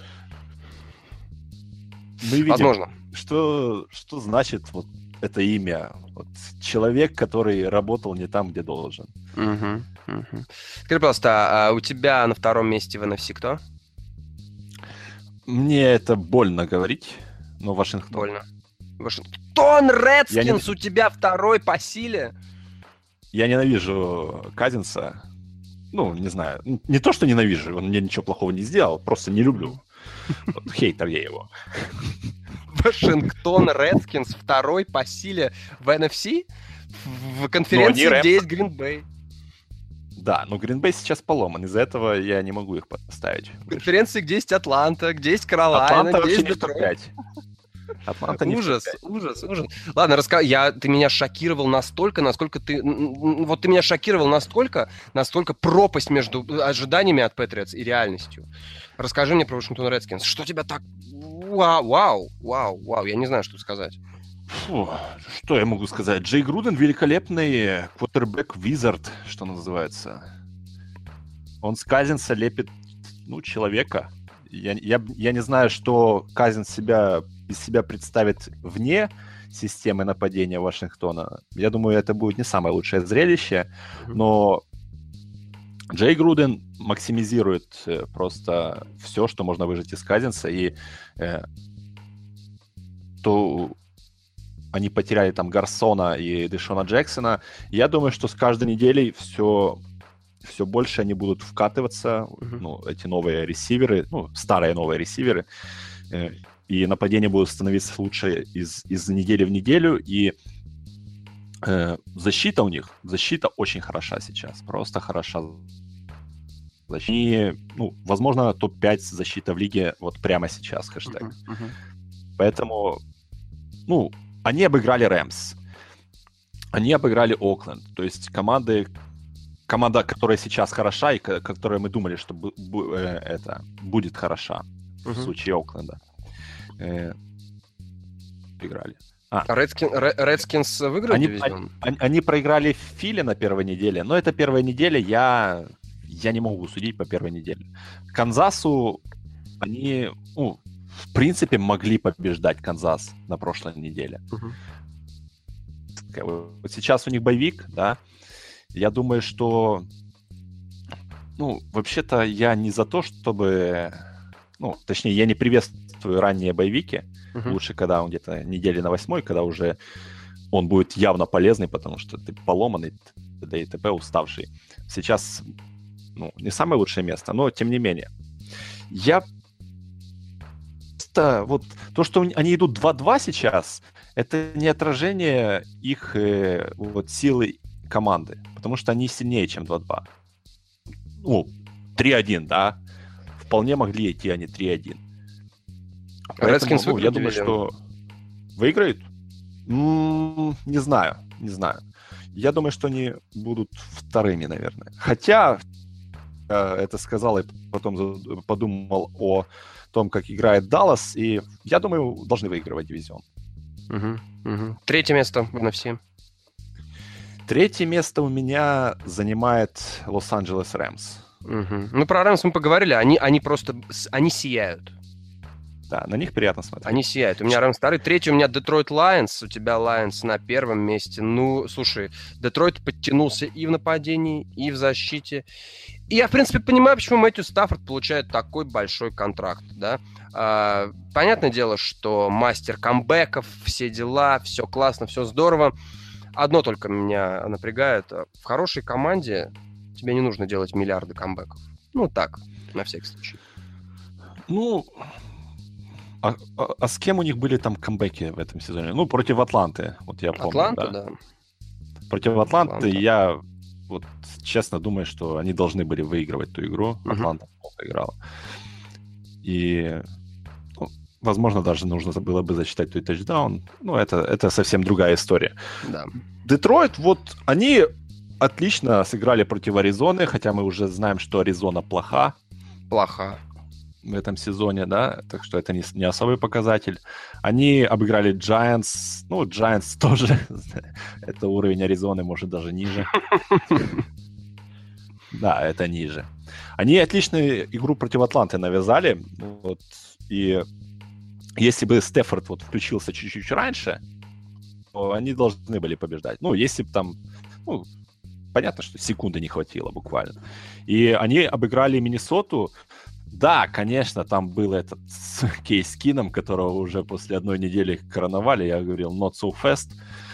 Мы видим, Возможно. Что, что значит вот это имя. Вот человек, который работал не там, где должен. Угу, угу. Скажи, пожалуйста, а у тебя на втором месте в эн эф си кто? Мне это больно говорить, но Вашингтон. Больно. Вашингтон Редскинс не... у тебя второй по силе? Я ненавижу Казинса. Ну, не знаю. Не то, что ненавижу, он мне ничего плохого не сделал, просто не люблю. Вот, хейтер я его. Вашингтон Редскинс второй по силе в эн эф си? В конференции, где есть Грин-Бэй. Да, но Грин-Бэй сейчас поломан, из-за этого я не могу их поставить. В конференции, где есть Атланта, где есть Каролайна, Атланта где есть не в топ пять. Атланта не ужас, ужас, ужас. Ладно, расскажи, я, ты меня шокировал настолько, насколько ты... Вот ты меня шокировал настолько, настолько пропасть между ожиданиями от Патриотс и реальностью. Расскажи мне про Вашингтон Редскинс. Что тебя так... Вау, вау, вау, вау, я не знаю, что сказать. Фу, что я могу сказать? Джей Груден великолепный квотербек-визард, что называется. Он с Казинса лепит, ну, человека. Я, я, я не знаю, что Казинс себя, из себя представит вне системы нападения Вашингтона. Я думаю, это будет не самое лучшее зрелище, но Джей Груден максимизирует просто все, что можно выжать из Казинса, и э, то... Они потеряли там Гарсона и Дэшона Джексона. Я думаю, что с каждой неделей все, все больше они будут вкатываться, uh-huh. ну, эти новые ресиверы, ну, старые новые ресиверы, и нападения будут становиться лучше из, из недели в неделю, и Э, защита у них, защита очень хороша сейчас, просто хороша. И, ну, возможно, топ пять защита в лиге вот прямо сейчас, хэштег. Uh-huh, uh-huh. Поэтому, ну, они обыграли Рэмс, они обыграли Окленд, то есть команды, команда, которая сейчас хороша и которая мы думали, что бу- бу- э, это будет хороша uh-huh. в случае Окленда, э, играли. А. Redskins, Redskins выиграли они, дивизион? Они, они проиграли в Филе на первой неделе, но это первая неделя, я, я не могу судить по первой неделе. Канзасу они, ну, в принципе, могли побеждать Канзас на прошлой неделе. Uh-huh. Вот сейчас у них боевик, да. Я думаю, что, ну, вообще-то я не за то, чтобы, ну, точнее, я не приветствую ранние боевики. Uh-huh. Лучше, когда он где-то недели на восьмой, когда уже он будет явно полезный, потому что ты поломанный, т.д. и т.п. уставший. Сейчас, ну, не самое лучшее место, но тем не менее. Я просто, вот, то, что они идут два-два сейчас, это не отражение их э, вот, силы команды, потому что они сильнее, чем два-два. Ну, три-один, да, вполне могли идти они три-один. Поэтому, ну, я думаю, что выиграют? М-м, не знаю, не знаю. Я думаю, что они будут вторыми, наверное. Хотя э, это сказал и потом подумал о том, как играет Даллас, и я думаю, должны выигрывать дивизион. Угу, угу. Третье место в эн эф си. Третье место у меня занимает Лос-Анджелес Рэмс. Угу. Ну, про Рэмс мы поговорили, они, они просто, они сияют. Да, на них приятно смотреть. Они сияют. У меня Рэмс второй. Третий у меня Детройт Лайонс. У тебя Лайонс на первом месте. Ну, слушай, Детройт подтянулся и в нападении, и в защите. И я, в принципе, понимаю, почему Мэтью Стаффорд получает такой большой контракт, да. А, понятное дело, что мастер камбэков, все дела, все классно, все здорово. Одно только меня напрягает. В хорошей команде тебе не нужно делать миллиарды камбэков. Ну, так, на всякий случай. Ну... А, а, а с кем у них были там камбэки в этом сезоне? Ну, против Атланты, вот я помню. Атланта, да. да. Против Атланты Атланта. Я вот честно думаю, что они должны были выигрывать ту игру. Uh-huh. Атланта плохо играла. И, ну, возможно, даже нужно было бы засчитать той тачдаун. Ну, это, это совсем другая история. Да. Детройт, вот, они отлично сыграли против Аризоны, хотя мы уже знаем, что Аризона плоха. Плоха. В этом сезоне, да, так что это не, не особый показатель. Они обыграли Giants, ну, Giants тоже, это уровень Аризоны, может, даже ниже. Да, это ниже. Они отличную игру против Атланты навязали, вот, и если бы Стефорд вот включился чуть-чуть раньше, то они должны были побеждать. Ну, если бы там, ну, понятно, что секунды не хватило буквально. И они обыграли Миннесоту. Да, конечно, там был этот кейс с Кином, которого уже после одной недели короновали. Я говорил, not so fast.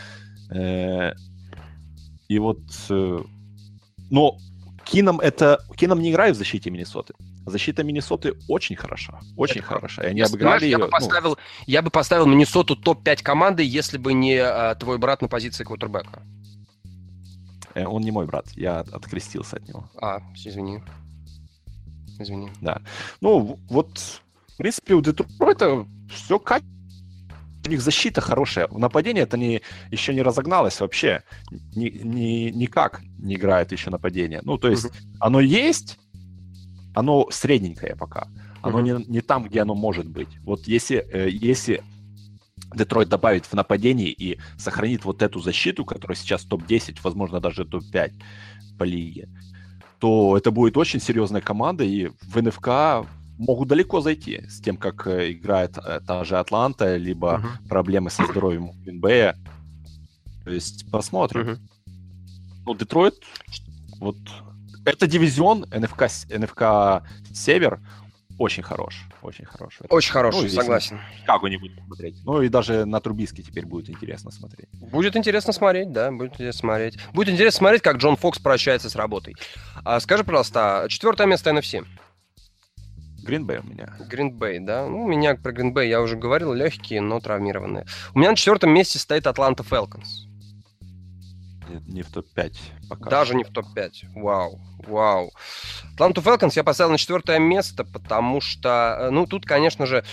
И вот... Но Кином это... Кином не играет в защите Миннесоты. Защита Миннесоты очень хороша. Очень это хороша. И они обыграли ее... Я бы поставил, ну... я бы поставил Миннесоту топ пять команды, если бы не а, твой брат на позиции квотербека. Он не мой брат. Я открестился от него. А, извини. Извини. Да. Ну, вот, в принципе, у Детройта все качественно. У них защита хорошая. В нападении это не, еще не разогналось вообще. Ни, ни, никак не играет еще нападение. Ну, то есть, uh-huh. оно есть, оно средненькое пока. Оно uh-huh. не, не там, где оно может быть. Вот если, э, если Детройт добавит в нападении и сохранит вот эту защиту, которая сейчас топ десять, возможно, даже топ пять по лиге, то это будет очень серьезная команда, и в эн эф ка могут далеко зайти с тем, как играет та же Атланта, либо uh-huh. проблемы со здоровьем у Грин-Бэя. То есть посмотрим. Uh-huh. Ну, Детройт, вот это дивизион эн эф ка, эн эф ка Север очень хорош, очень хорош. Очень хороший, ну, согласен. Как не будет смотреть. Ну и даже на Трубиске теперь будет интересно смотреть. Будет интересно смотреть, да, будет интересно смотреть. Будет интересно смотреть, как Джон Фокс прощается с работой. А, скажи, пожалуйста, четвертое место эн эф си. Грин-Бэй у меня. Грин-Бэй, да. Ну, у меня про Грин-Бэй я уже говорил, легкие, но травмированные. У меня на четвертом месте стоит Атланта Фэлконс. не, не в топ пять пока. Даже не в топ пять. Вау, вау. Атланту Falcons я поставил на четвертое место, потому что, ну, тут, конечно же,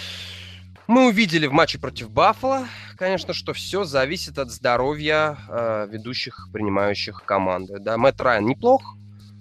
мы увидели в матче против Баффало, конечно, что все зависит от здоровья э, ведущих, принимающих команды. Да, Мэтт Райан неплох.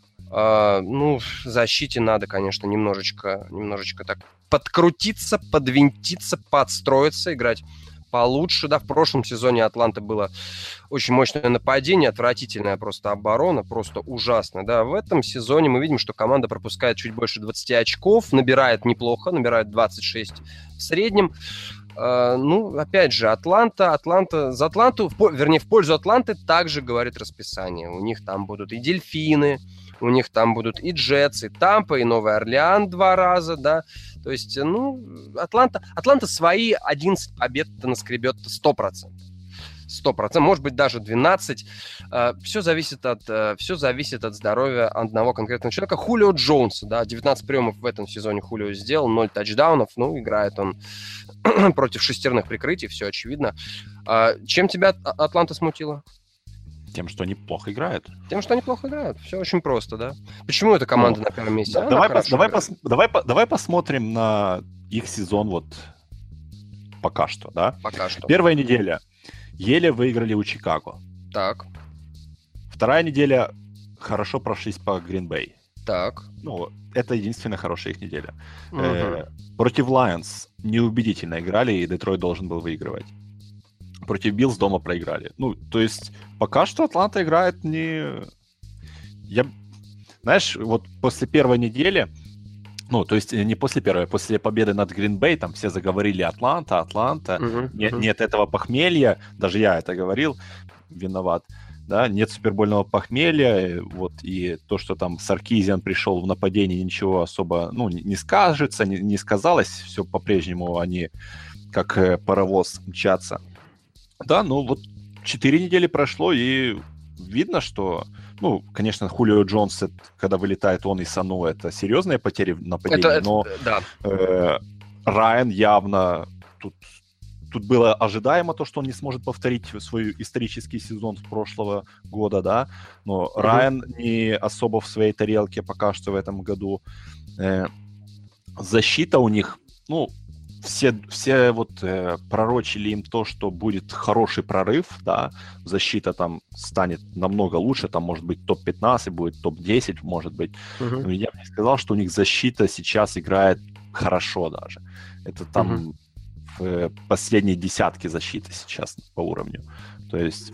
Э, ну, в защите надо, конечно, немножечко, немножечко так подкрутиться, подвинтиться, подстроиться, играть получше. Да, в прошлом сезоне Атланты было очень мощное нападение, отвратительная просто оборона, просто ужасно. Да, в этом сезоне мы видим, что команда пропускает чуть больше двадцать очков, набирает неплохо, набирает двадцать шесть в среднем. Uh, ну, опять же, Атланта, Атланта, за Атланту, в, вернее, в пользу Атланты также говорит расписание. У них там будут и Дельфины, у них там будут и Джетс, и Тампа, и Новый Орлеан два раза, да. То есть, ну, Атланта, Атланта свои одиннадцать побед-то наскребет сто процентов. сто процентов, может быть, даже двенадцать. Все зависит от, все зависит от здоровья одного конкретного человека. Хулио Джонс, да, девятнадцать приемов в этом сезоне Хулио сделал, ноль тачдаунов. Ну, играет он против шестерных прикрытий, все очевидно. Чем тебя Атланта смутила? Тем, что они плохо играют. Тем, что они плохо играют. Все очень просто, да. Почему эта команда ну, на первом месте? Да, давай, пос, давай, пос, давай, давай посмотрим на их сезон вот пока что, да? Пока что. Первая неделя. Еле выиграли у Чикаго. Так. Вторая неделя хорошо прошлись по Грин-Бэй. Так. Ну, это единственная хорошая их неделя. Угу. Э, против Lions неубедительно играли, и Детройт должен был выигрывать. Против Биллс дома проиграли. Ну, то есть, пока что Атланта играет не... Я... Знаешь, вот после первой недели, ну, то есть не после первой, после победы над Грин-Бэй, там все заговорили Атланта, Атланта, uh-huh, нет, uh-huh. нет этого похмелья, даже я это говорил, виноват, да, нет супербольного похмелья, вот, и то, что там Саркизиан пришел в нападение, ничего особо, ну, не скажется, не, не сказалось, все по-прежнему они как паровоз мчатся. Да, ну, вот четыре недели прошло, и видно, что... Ну, конечно, Хулио Джонс, когда вылетает он и Сану, это серьезные потери в нападении, это, но это, да. э, Райан явно... Тут, тут было ожидаемо то, что он не сможет повторить свой исторический сезон с прошлого года, да, но mm-hmm. Райан не особо в своей тарелке пока что в этом году. Э, защита у них, ну... Все, все вот э, пророчили им то, что будет хороший прорыв, да, защита там станет намного лучше, там может быть топ пятнадцать, будет топ десять, может быть. Uh-huh. Но я бы не сказал, что у них защита сейчас играет хорошо даже. Это там uh-huh. в э, последней десятке защиты сейчас по уровню. То есть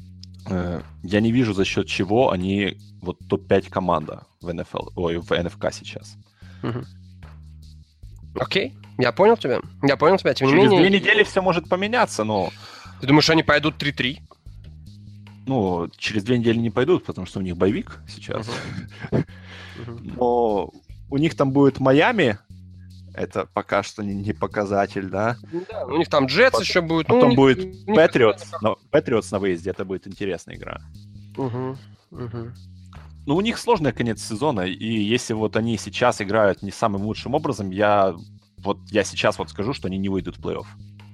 э, я не вижу, за счет чего они вот топ пять команда в эн эф эл, ой, в эн эф ка сейчас. Uh-huh. Окей, я понял тебя. Я понял тебя, тем не Через менее... две недели все может поменяться, но... Ты думаешь, они пойдут три-три? Ну, через две недели не пойдут, потому что у них боевик сейчас. Uh-huh. Uh-huh. Но у них там будет Майами. Это пока что не, не показатель, да? Да, у них там Джетс Пот- еще будет. Потом ну, будет них... Патриотс. Патриотс на выезде. Это будет интересная игра. Uh-huh. Uh-huh. Ну, у них сложный конец сезона, и если вот они сейчас играют не самым лучшим образом, я вот я сейчас вот скажу, что они не выйдут в плей-офф.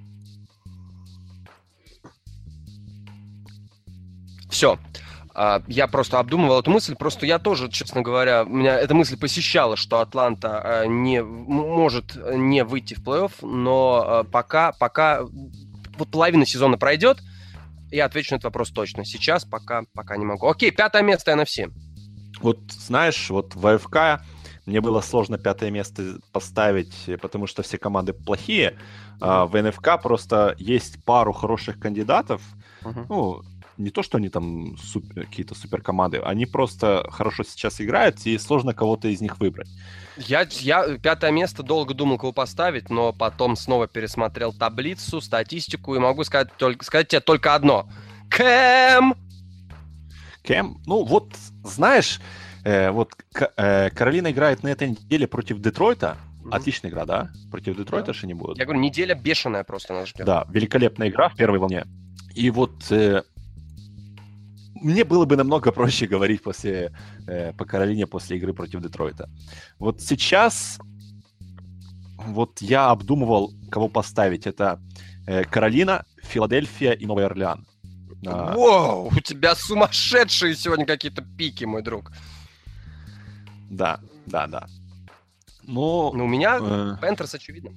Все. Я просто обдумывал эту мысль, просто я тоже, честно говоря, меня эта мысль посещала, что Атланта не может не выйти в плей-офф, но пока, пока вот половина сезона пройдет, я отвечу на этот вопрос точно. Сейчас пока, пока не могу. Окей, пятое место эн эф си. Вот знаешь, вот в АФК мне было сложно пятое место поставить, потому что все команды плохие. А в эн эф ка просто есть пару хороших кандидатов. Uh-huh. Ну, не то, что они там супер, какие-то суперкоманды, они просто хорошо сейчас играют, и сложно кого-то из них выбрать. Я, я пятое место долго думал, кого поставить, но потом снова пересмотрел таблицу, статистику, и могу сказать, только, сказать тебе только одно. Кэм! Кэм, ну вот, знаешь, э, вот к, э, Каролина играет на этой неделе против Детройта. Mm-hmm. Отличная игра, да? Против Детройта же не будут. Я говорю, неделя бешеная просто нас ждет. Да, великолепная игра в первой волне. И вот э, мне было бы намного проще говорить после, э, по Каролине после игры против Детройта. Вот сейчас вот я обдумывал, кого поставить. Это э, Каролина, Филадельфия и Новый Орлеан. Да. Воу, у тебя сумасшедшие сегодня какие-то пики, мой друг. Да, да, да. Но... Ну, у меня э... Пентерс, очевидно.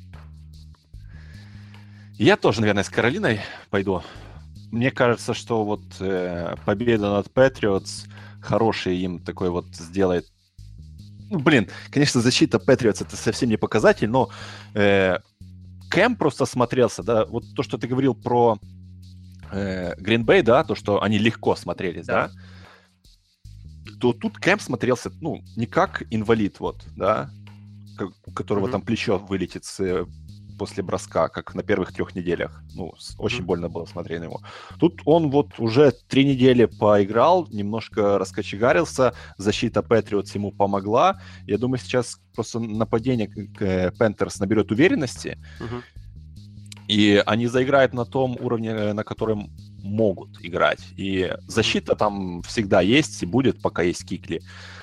Я тоже, наверное, с Каролиной пойду. Мне кажется, что вот э, победа над Патриотс хороший им такой вот сделает. Ну, блин, конечно, защита Патриотс это совсем не показатель, но э, Кэм просто смотрелся, да, вот то, что ты говорил про Green Bay, да, то, что они легко смотрелись, да, да, то тут Кэм смотрелся, ну, не как инвалид, вот, да, как, у которого mm-hmm. там плечо вылетит с, после броска, как на первых трех неделях. Ну, очень mm-hmm. больно было смотреть на него. Тут он вот уже три недели поиграл, немножко раскочегарился, защита Патриотс ему помогла. Я думаю, сейчас просто нападение Пентерс наберет уверенности, mm-hmm. и они заиграют на том уровне, на котором могут играть. И защита там всегда есть и будет, пока есть Кикли.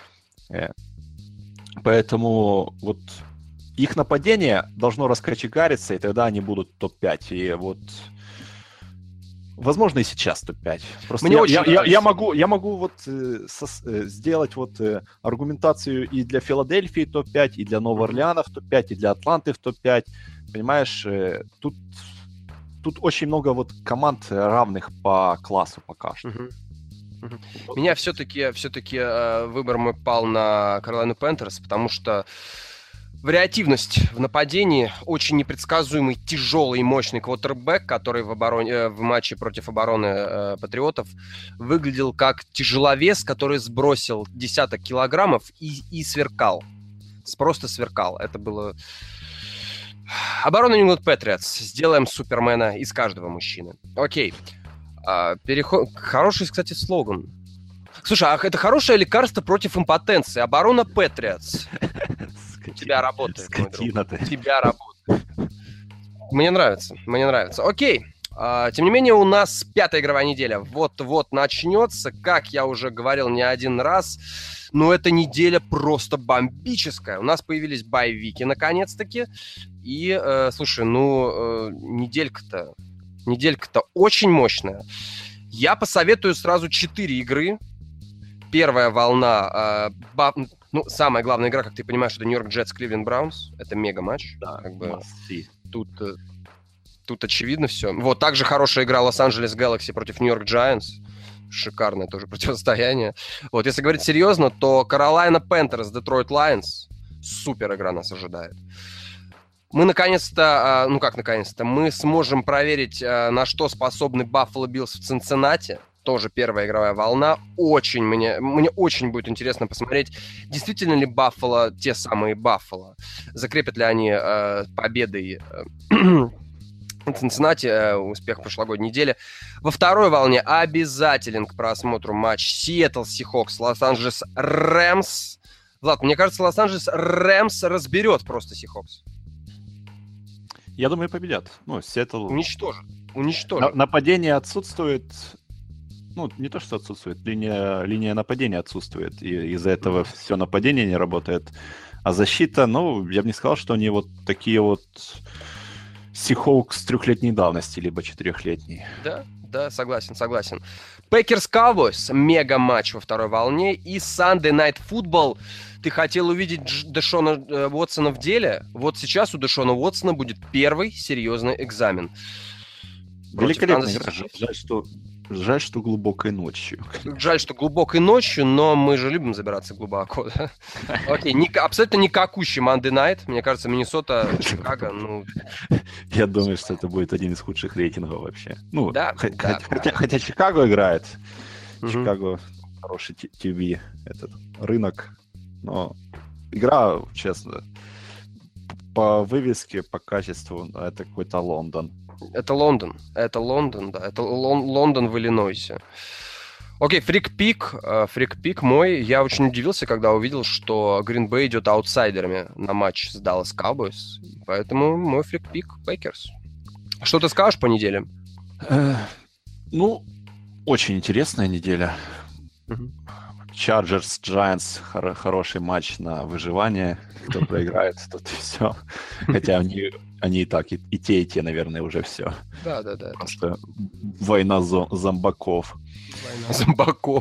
Поэтому вот их нападение должно раскочегариться, и тогда они будут топ пять. И вот, возможно, и сейчас топ пять. Просто Мне я, очень я, я, я могу, я могу вот э, со, э, сделать вот э, аргументацию и для Филадельфии топ пять, и для Нового Орлеана в топ пять, и для Атланты в топ пять. Понимаешь, э, тут, тут очень много вот команд равных по классу пока что. Uh-huh. Uh-huh. Меня все-таки, все-таки э, выбор мой пал на Каролину Пентерс, потому что вариативность в нападении, очень непредсказуемый, тяжелый и мощный квотербэк, который в, обороне, э, в матче против обороны э, Патриотов выглядел как тяжеловес, который сбросил десяток килограммов и, и сверкал. Просто сверкал. Это было... Оборона New England Patriots. Сделаем супермена из каждого мужчины. Окей. А, переход... Хороший, кстати, слоган. Слушай, а это хорошее лекарство против импотенции. Оборона Patriots. У тебя работает, мой друг. У тебя работает. Мне нравится, мне нравится. Окей. А, тем не менее, у нас пятая игровая неделя. Вот-вот начнется. Как я уже говорил не один раз, но эта неделя просто бомбическая. У нас появились боевики, наконец-таки. И, э, слушай, ну, э, неделька-то, неделька-то очень мощная. Я посоветую сразу четыре игры. Первая волна, э, ба- ну, самая главная игра, как ты понимаешь, это Нью-Йорк Джетс, Кливленд Браунс. Это мега-матч. Да, как бы, тут, э, тут очевидно все. Вот, также хорошая игра Лос-Анджелес Гэлакси против Нью-Йорк Джайантс. Шикарное тоже противостояние. Вот, если говорить серьезно, то Каролайна Пентерс, Детройт Лайонс. Супер игра нас ожидает. Мы наконец-то, ну как наконец-то, мы сможем проверить, на что способны Баффало Биллс в Цинциннати. Тоже первая игровая волна. Очень мне, мне очень будет интересно посмотреть, действительно ли Баффало те самые Баффало. Закрепят ли они э, победой э, в Цинциннати, э, успех прошлогодней недели. Во второй волне обязателен к просмотру матч Сиэтл Сихокс, Лос-Анджелес Рэмс. Влад, мне кажется, Лос-Анджелес Рэмс разберет просто Сихокс. Я думаю, победят. Ну, Сиэтл... Уничтожит. Уничтожит. На- нападение отсутствует. Ну, не то, что отсутствует. Линия, линия нападения отсутствует. И из-за этого mm-hmm. все нападение не работает. А защита, ну, я бы не сказал, что они вот такие вот Сихоукс трехлетней давности, либо четырехлетней. Да, да, согласен, согласен. Пекерс Cowboys, мега-матч во второй волне. И Sunday Night Football. Ты хотел увидеть Дж- Дэшона э, Уотсона в деле? Вот сейчас у Дэшона Уотсона будет первый серьезный экзамен. Великолепно. Жаль, что, жаль, что глубокой ночью. Жаль, что глубокой ночью, но мы же любим забираться глубоко. Да? Окей, не, абсолютно никакущий Monday Night. Мне кажется, Миннесота, Чикаго, ну... Я думаю, что это будет один из худших рейтингов вообще. Ну, да, х- да, хотя, да. хотя Чикаго играет. Угу. Чикаго хороший ТВ, этот рынок. Но игра, честно, по вывеске, по качеству, это какой-то Лондон. Это Лондон, это Лондон, да, это Лон- Лондон в Иллинойсе. Окей, фрик-пик, фрик-пик мой. Я очень удивился, когда увидел, что Green Bay идет аутсайдерами на матч с Dallas Cowboys. Поэтому мой фрик-пик Пекерс. Что ты скажешь по неделе? Э, ну, очень интересная неделя. Угу. Chargers, Giants, хор- хороший матч на выживание. Кто проиграет, тот и все. Хотя они, они и так, и, и те, и те, наверное, уже все. Да, да, да. Просто война зо- зомбаков. Война зомбаков.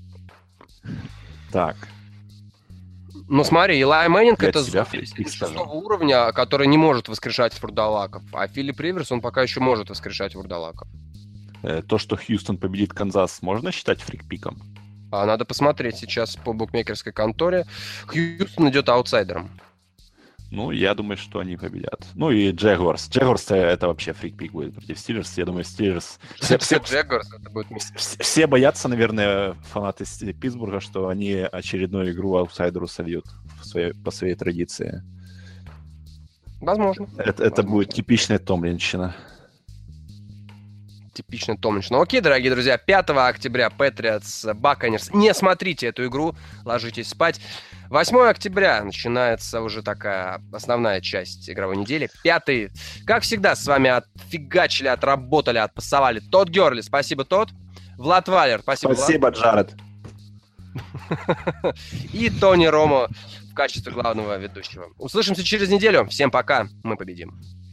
Так. Ну смотри, Илай Мэннинг Я это тебя зомби фрик шестого уровня, который не может воскрешать вурдалаков. А Филипп Риверс, он пока еще может воскрешать вурдалаков. Э, То, что Хьюстон победит Канзас, можно считать фрикпиком? А надо посмотреть сейчас по букмекерской конторе. Хьюстон идет аутсайдером. Ну, я думаю, что они победят. Ну и Джегуарс. Джегуарс это вообще фрикпик будет против Стиллерс. Я думаю, Стиллерс... Все, все, Джегорс, это будет... все- все боятся, наверное, фанаты С- Питтсбурга, что они очередную игру аутсайдеру сольют в своей- по своей традиции. Возможно. Это, это Возможно. будет типичная томлинщина. Типичный Томлинш. Ну окей, дорогие друзья, пятого октября Патриотс Баконерс. Не смотрите эту игру, ложитесь спать. восьмого октября начинается уже такая основная часть игровой недели. Пятый. Как всегда, с вами отфигачили, отработали, отпасовали Тодд Герли. Спасибо, Тодд. Влад Валер. Спасибо, Спасибо, Джаред. Влад. И Тони Ромо в качестве главного ведущего. Услышимся через неделю. Всем пока. Мы победим.